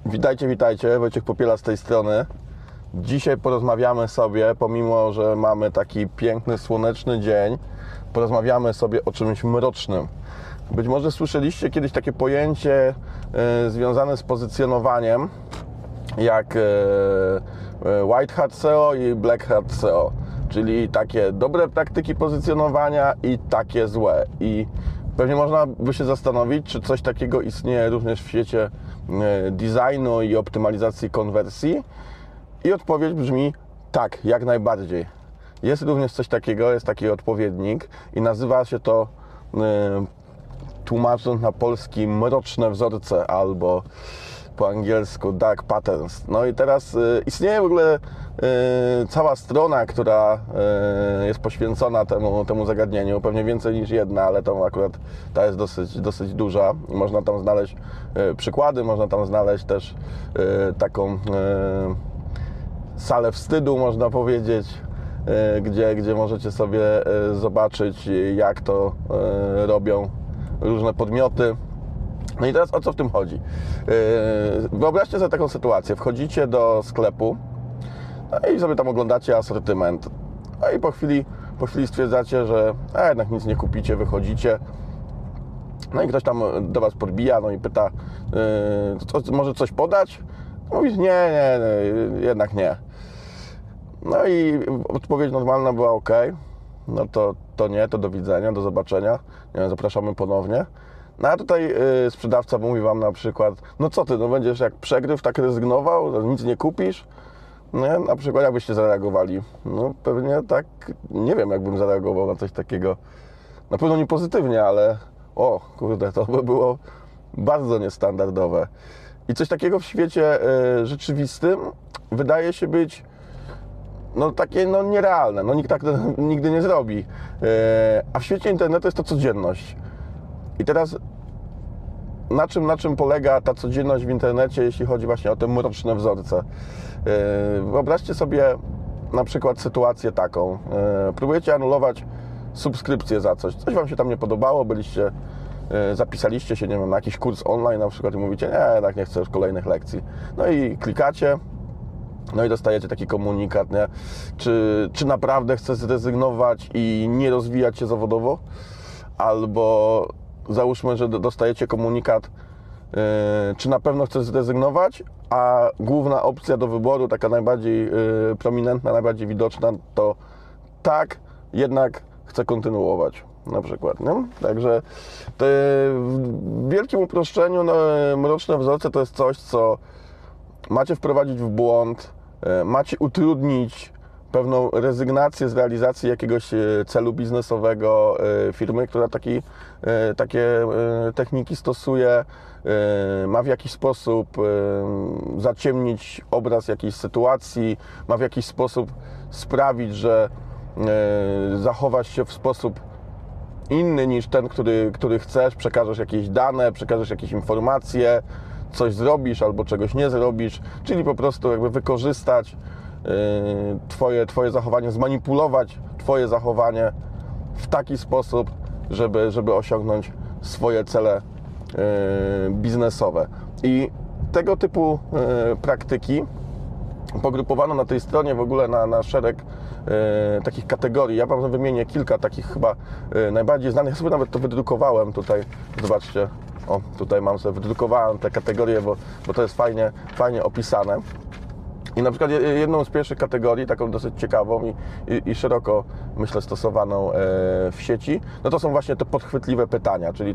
Witajcie, witajcie, Wojciech Popiela z tej strony. Dzisiaj porozmawiamy sobie, pomimo że mamy taki piękny, słoneczny dzień, porozmawiamy sobie o czymś mrocznym. Być może słyszeliście kiedyś takie pojęcie związane z pozycjonowaniem, jak White Hat SEO i Black Hat SEO, czyli takie dobre praktyki pozycjonowania i takie złe. I pewnie można by się zastanowić, czy coś takiego istnieje również w świecie designu i optymalizacji konwersji. I odpowiedź brzmi tak, jak najbardziej. Jest również coś takiego, jest taki odpowiednik i nazywa się to, tłumacząc na polski, mroczne wzorce albo po angielsku dark patterns. No i teraz istnieje w ogóle cała strona, która jest poświęcona temu zagadnieniu, pewnie więcej niż jedna, ale to akurat ta jest dosyć duża. Można tam znaleźć przykłady, można tam znaleźć też taką salę wstydu, można powiedzieć, gdzie możecie sobie zobaczyć, jak to robią różne podmioty. No i teraz o co w tym chodzi? Wyobraźcie sobie taką sytuację. Wchodzicie do sklepu no i sobie tam oglądacie asortyment. No i po chwili stwierdzacie, że jednak nic nie kupicie, wychodzicie. No i ktoś tam do Was podbija, no i pyta, może coś podać? Mówisz, nie, jednak nie. No i odpowiedź normalna była ok. No to nie, to do widzenia, do zobaczenia. Nie wiem, zapraszamy ponownie. No a tutaj sprzedawca mówi Wam na przykład, no co Ty, no będziesz jak przegryw tak rezygnował, nic nie kupisz? No na przykład jak byście zareagowali? No pewnie tak, nie wiem, jakbym zareagował na coś takiego. Na pewno nie pozytywnie, ale o kurde, to by było bardzo niestandardowe. I coś takiego w świecie rzeczywistym wydaje się być takie nierealne. Nikt tak nigdy nie zrobi. A w świecie internetu jest to codzienność. I teraz na czym polega ta codzienność w internecie, jeśli chodzi właśnie o te mroczne wzorce? Wyobraźcie sobie na przykład sytuację taką. Próbujecie anulować subskrypcję za coś. Coś Wam się tam nie podobało, zapisaliście się, nie wiem, na jakiś kurs online na przykład i mówicie, nie, jednak nie chcę już kolejnych lekcji. No i klikacie, no i dostajecie taki komunikat, nie? Czy naprawdę chcesz zrezygnować i nie rozwijać się zawodowo? Albo załóżmy, że dostajecie komunikat, czy na pewno chcesz zrezygnować, a główna opcja do wyboru, taka najbardziej prominentna, najbardziej widoczna, to tak, jednak chcę kontynuować na przykład, nie? Także w wielkim uproszczeniu mroczne wzorce to jest coś, co macie wprowadzić w błąd, macie utrudnić pewną rezygnację z realizacji jakiegoś celu biznesowego firmy, która takie techniki stosuje, ma w jakiś sposób zaciemnić obraz jakiejś sytuacji, ma w jakiś sposób sprawić, że zachowasz się w sposób inny niż ten, który chcesz, przekażesz jakieś dane, przekażesz jakieś informacje, coś zrobisz albo czegoś nie zrobisz, czyli po prostu jakby wykorzystać Twoje zachowanie, zmanipulować Twoje zachowanie w taki sposób, żeby osiągnąć swoje cele biznesowe. I tego typu praktyki pogrupowano na tej stronie w ogóle na szereg takich kategorii. Ja Wam wymienię kilka takich chyba najbardziej znanych. Ja sobie nawet to wydrukowałem tutaj. Zobaczcie, o tutaj wydrukowałem te kategorie, bo to jest fajnie opisane. I na przykład jedną z pierwszych kategorii, taką dosyć ciekawą i szeroko, myślę, stosowaną w sieci, no to są właśnie te podchwytliwe pytania, czyli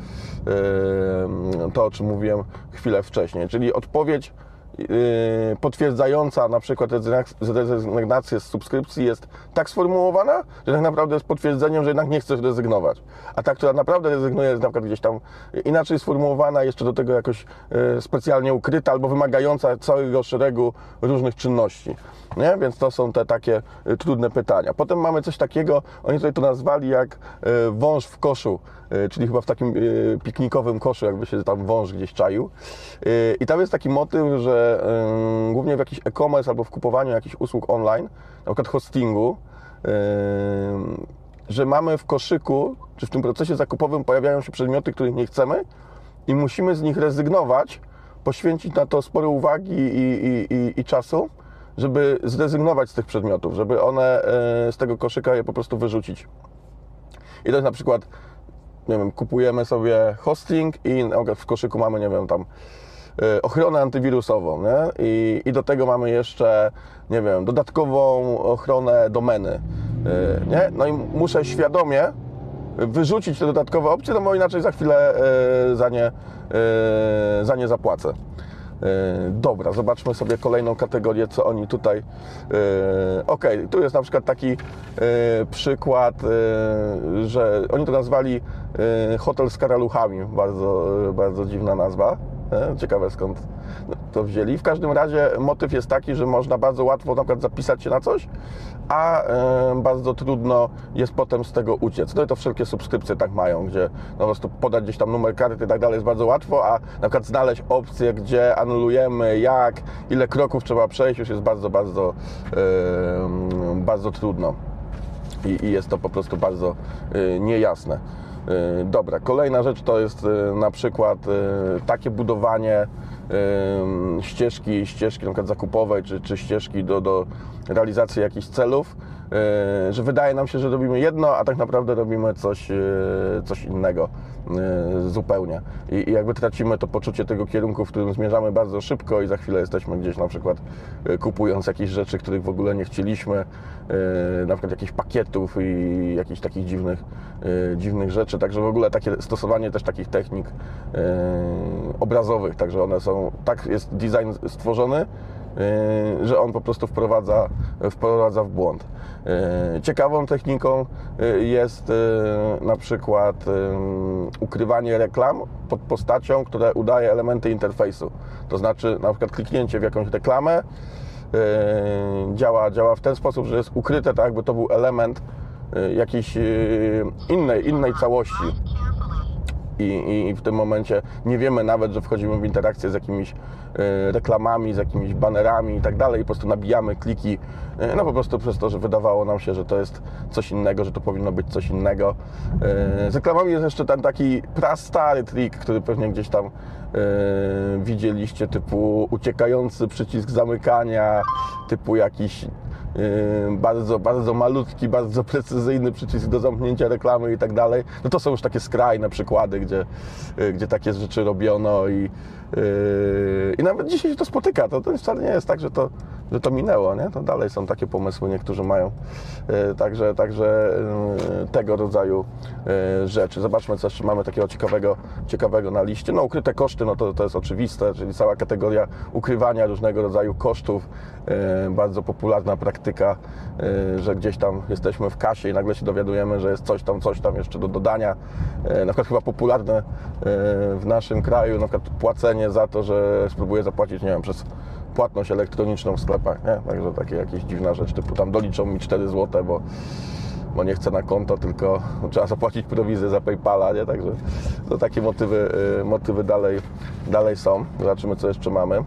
to o czym mówiłem chwilę wcześniej, czyli odpowiedź potwierdzająca na przykład rezygnację z subskrypcji jest tak sformułowana, że tak naprawdę jest potwierdzeniem, że jednak nie chcesz rezygnować. A ta, która naprawdę rezygnuje, jest na przykład gdzieś tam inaczej sformułowana, jeszcze do tego jakoś specjalnie ukryta albo wymagająca całego szeregu różnych czynności. Nie? Więc to są te takie trudne pytania. Potem mamy coś takiego, oni tutaj to nazwali jak wąż w koszu, czyli chyba w takim piknikowym koszu, jakby się tam wąż gdzieś czaił. I tam jest taki motyw, że głównie w jakiś e-commerce albo w kupowaniu jakichś usług online, na przykład hostingu, że mamy w koszyku, czy w tym procesie zakupowym pojawiają się przedmioty, których nie chcemy i musimy z nich rezygnować poświęcić na to sporo uwagi i czasu, żeby zrezygnować z tych przedmiotów, żeby one z tego koszyka je po prostu wyrzucić. I to jest na przykład, nie wiem, kupujemy sobie hosting i w koszyku mamy, nie wiem, tam ochronę antywirusową, nie? I do tego mamy jeszcze, nie wiem, dodatkową ochronę domeny, nie? No i muszę świadomie wyrzucić te dodatkowe opcje, no bo inaczej za chwilę za nie zapłacę. Dobra, zobaczmy sobie kolejną kategorię, co oni tutaj... Ok, tu jest na przykład taki przykład, że oni to nazwali hotel z karaluchami, bardzo dziwna nazwa. Ciekawe skąd to wzięli. W każdym razie motyw jest taki, że można bardzo łatwo na przykład zapisać się na coś, a bardzo trudno jest potem z tego uciec. No i to wszelkie subskrypcje tak mają, gdzie no po prostu podać gdzieś tam numer karty i tak dalej jest bardzo łatwo, a na przykład znaleźć opcję, gdzie anulujemy, jak, ile kroków trzeba przejść, już jest bardzo trudno i jest to po prostu bardzo niejasne. Dobra, kolejna rzecz to jest na przykład takie budowanie ścieżki na przykład zakupowej, czy ścieżki do realizacji jakichś celów, że wydaje nam się, że robimy jedno, a tak naprawdę robimy coś innego zupełnie. I jakby tracimy to poczucie tego kierunku, w którym zmierzamy bardzo szybko i za chwilę jesteśmy gdzieś na przykład kupując jakieś rzeczy, których w ogóle nie chcieliśmy, na przykład jakichś pakietów i jakichś takich dziwnych rzeczy, także w ogóle takie stosowanie też takich technik obrazowych, także one są, tak jest design stworzony, że on po prostu wprowadza w błąd. Ciekawą techniką jest na przykład ukrywanie reklam pod postacią, która udaje elementy interfejsu. To znaczy na przykład kliknięcie w jakąś reklamę działa w ten sposób, że jest ukryte, tak jakby to był element jakiejś innej całości. I w tym momencie nie wiemy nawet, że wchodzimy w interakcję z jakimiś reklamami, z jakimiś banerami i tak dalej, i po prostu nabijamy kliki, no po prostu przez to, że wydawało nam się, że to jest coś innego, że to powinno być coś innego. Z reklamami jest jeszcze ten taki prastary trik, który pewnie gdzieś tam widzieliście, typu uciekający przycisk zamykania, typu jakiś bardzo malutki, bardzo precyzyjny przycisk do zamknięcia reklamy i tak dalej. No to są już takie skrajne przykłady, gdzie takie rzeczy robiono i nawet dzisiaj się to spotyka. To wcale nie jest tak, że to minęło, nie? To dalej są takie pomysły, niektórzy mają. Także tego rodzaju rzeczy. Zobaczmy, co jeszcze mamy takiego ciekawego na liście. No, ukryte koszty, no to jest oczywiste, czyli cała kategoria ukrywania różnego rodzaju kosztów. Bardzo popularna praktyka, że gdzieś tam jesteśmy w kasie i nagle się dowiadujemy, że jest coś tam jeszcze do dodania. Na przykład chyba popularne w naszym kraju, na przykład płacenie za to, że spróbuję zapłacić, nie wiem, przez płatność elektroniczną w sklepach, nie? Także takie jakieś dziwna rzecz, typu tam doliczą mi 4 zł, bo nie chcę na konto, tylko trzeba zapłacić prowizję za PayPala, nie? Także to takie motywy dalej są. Zobaczymy, co jeszcze mamy.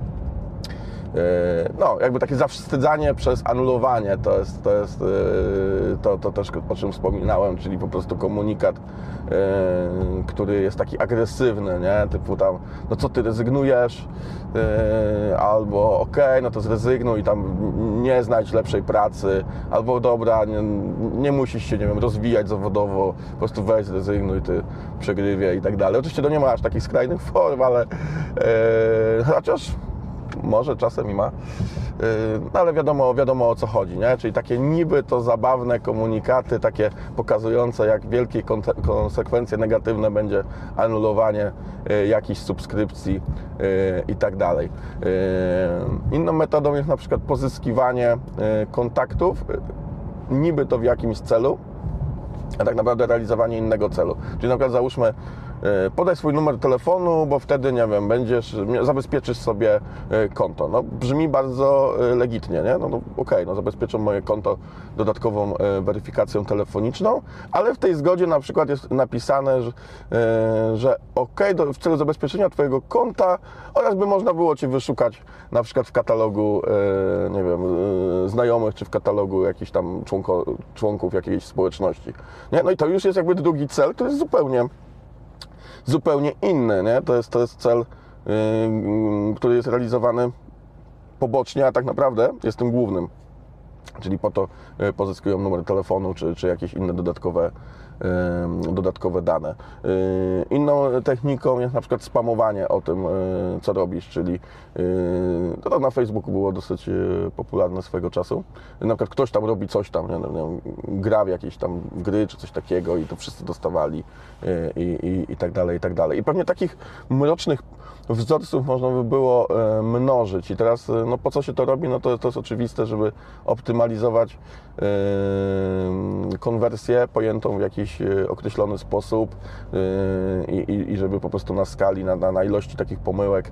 No, jakby takie zawstydzanie przez anulowanie, to jest to też, o czym wspominałem, czyli po prostu komunikat, który jest taki agresywny, nie? Typu tam, no co ty, rezygnujesz? Albo okej, no to zrezygnuj, tam nie znajdź lepszej pracy, albo dobra, nie musisz się, nie wiem, rozwijać zawodowo, po prostu weź, zrezygnuj, ty przegrywie i tak dalej. Oczywiście to nie ma aż takich skrajnych form, ale chociaż może czasem i ma, no ale wiadomo o co chodzi, nie? Czyli takie niby to zabawne komunikaty, takie pokazujące, jak wielkie konsekwencje negatywne będzie anulowanie jakichś subskrypcji i tak dalej. Inną metodą jest na przykład pozyskiwanie kontaktów, niby to w jakimś celu, a tak naprawdę realizowanie innego celu. Czyli na przykład załóżmy, podaj swój numer telefonu, bo wtedy, nie wiem, zabezpieczysz sobie konto. No, brzmi bardzo legitnie, nie? No okej, no zabezpieczę moje konto dodatkową weryfikacją telefoniczną, ale w tej zgodzie na przykład jest napisane, że w celu zabezpieczenia Twojego konta oraz by można było Cię wyszukać na przykład w katalogu, nie wiem, znajomych, czy w katalogu jakichś tam członków jakiejś społeczności. Nie? No i to już jest jakby drugi cel, który jest zupełnie inny, nie? To jest cel który jest realizowany pobocznie, a tak naprawdę jest tym głównym. Czyli po to pozyskują numer telefonu, czy jakieś inne dodatkowe dane. Inną techniką jest na przykład spamowanie o tym, co robisz, czyli to na Facebooku było dosyć popularne swego czasu. Na przykład ktoś tam robi coś tam, nie wiem, gra w jakieś tam gry, czy coś takiego i to wszyscy dostawali i tak dalej, i tak dalej. I pewnie takich mrocznych wzorców można by było mnożyć i teraz no po co się to robi? No to jest oczywiste, żeby optymalizować konwersję pojętą w jakiś określony sposób i żeby po prostu na skali, na ilości takich pomyłek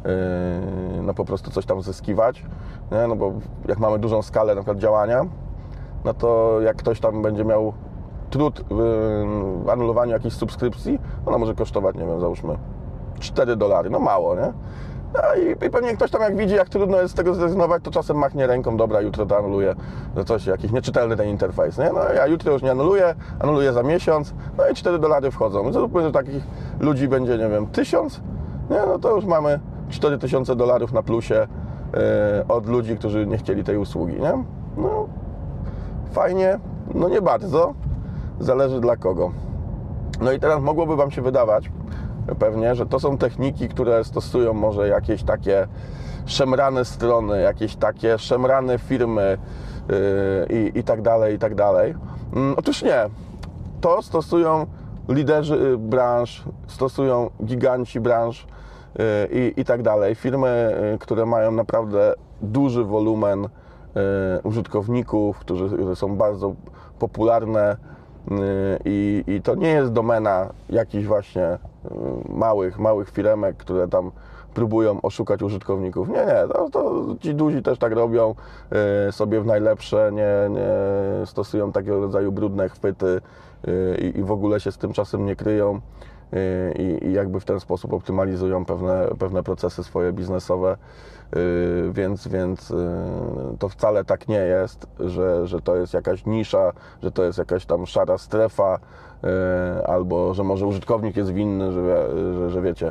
no po prostu coś tam zyskiwać, nie? No bo jak mamy dużą skalę na przykład działania, no to jak ktoś tam będzie miał trud w anulowaniu jakiejś subskrypcji, ona może kosztować, nie wiem, załóżmy $4, no mało, nie? No i pewnie ktoś tam jak widzi, jak trudno jest z tego zrezygnować, to czasem machnie ręką, dobra, jutro to anuluję, że coś, jakiś nieczytelny ten interfejs, nie? No ja jutro już nie anuluję za miesiąc, no i $4 wchodzą. Zróbmy, że takich ludzi będzie, nie wiem, 1000, nie? No to już mamy $4000 na plusie od ludzi, którzy nie chcieli tej usługi, nie? No fajnie, no nie bardzo, zależy dla kogo. No i teraz mogłoby Wam się wydawać pewnie, że to są techniki, które stosują może jakieś takie szemrane strony, jakieś takie szemrane firmy i tak dalej, i tak dalej. Otóż nie. To stosują liderzy branż, stosują giganci branż i tak dalej. Firmy, które mają naprawdę duży wolumen użytkowników, którzy są bardzo popularne i to nie jest domena jakichś właśnie małych firemek, które tam próbują oszukać użytkowników. Nie, to ci duzi też tak robią sobie w najlepsze, nie stosują takiego rodzaju brudne chwyty i w ogóle się z tym czasem nie kryją i jakby w ten sposób optymalizują pewne procesy swoje biznesowe, więc to wcale tak nie jest, że to jest jakaś nisza, że to jest jakaś tam szara strefa, albo że może użytkownik jest winny, że wiecie,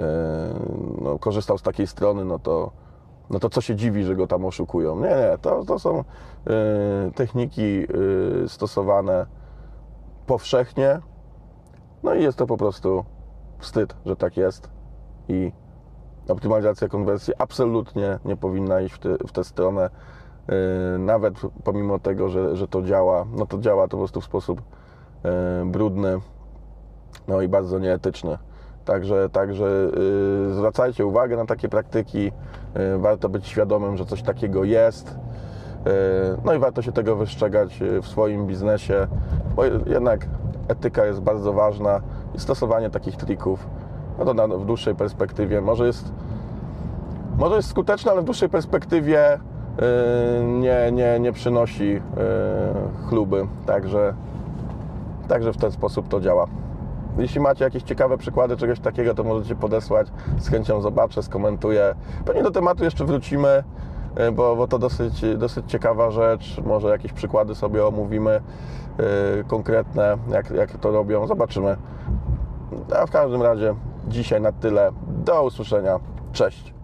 no, korzystał z takiej strony, no to co się dziwi, że go tam oszukują. Nie, to są techniki stosowane powszechnie, no i jest to po prostu wstyd, że tak jest i optymalizacja konwersji absolutnie nie powinna iść w tę stronę, nawet pomimo tego, że to działa, no to działa to po prostu w sposób brudny, no i bardzo nieetyczny. Także zwracajcie uwagę na takie praktyki, warto być świadomym, że coś takiego jest, no i warto się tego wystrzegać w swoim biznesie, bo jednak etyka jest bardzo ważna i stosowanie takich trików, no to w dłuższej perspektywie może jest skuteczne, ale w dłuższej perspektywie nie przynosi chluby, także w ten sposób to działa. Jeśli macie jakieś ciekawe przykłady czegoś takiego, to możecie podesłać, z chęcią zobaczę, skomentuję. Pewnie do tematu jeszcze wrócimy, bo to dosyć ciekawa rzecz, może jakieś przykłady sobie omówimy konkretne, jak to robią, zobaczymy. A w każdym razie dzisiaj na tyle, do usłyszenia, cześć!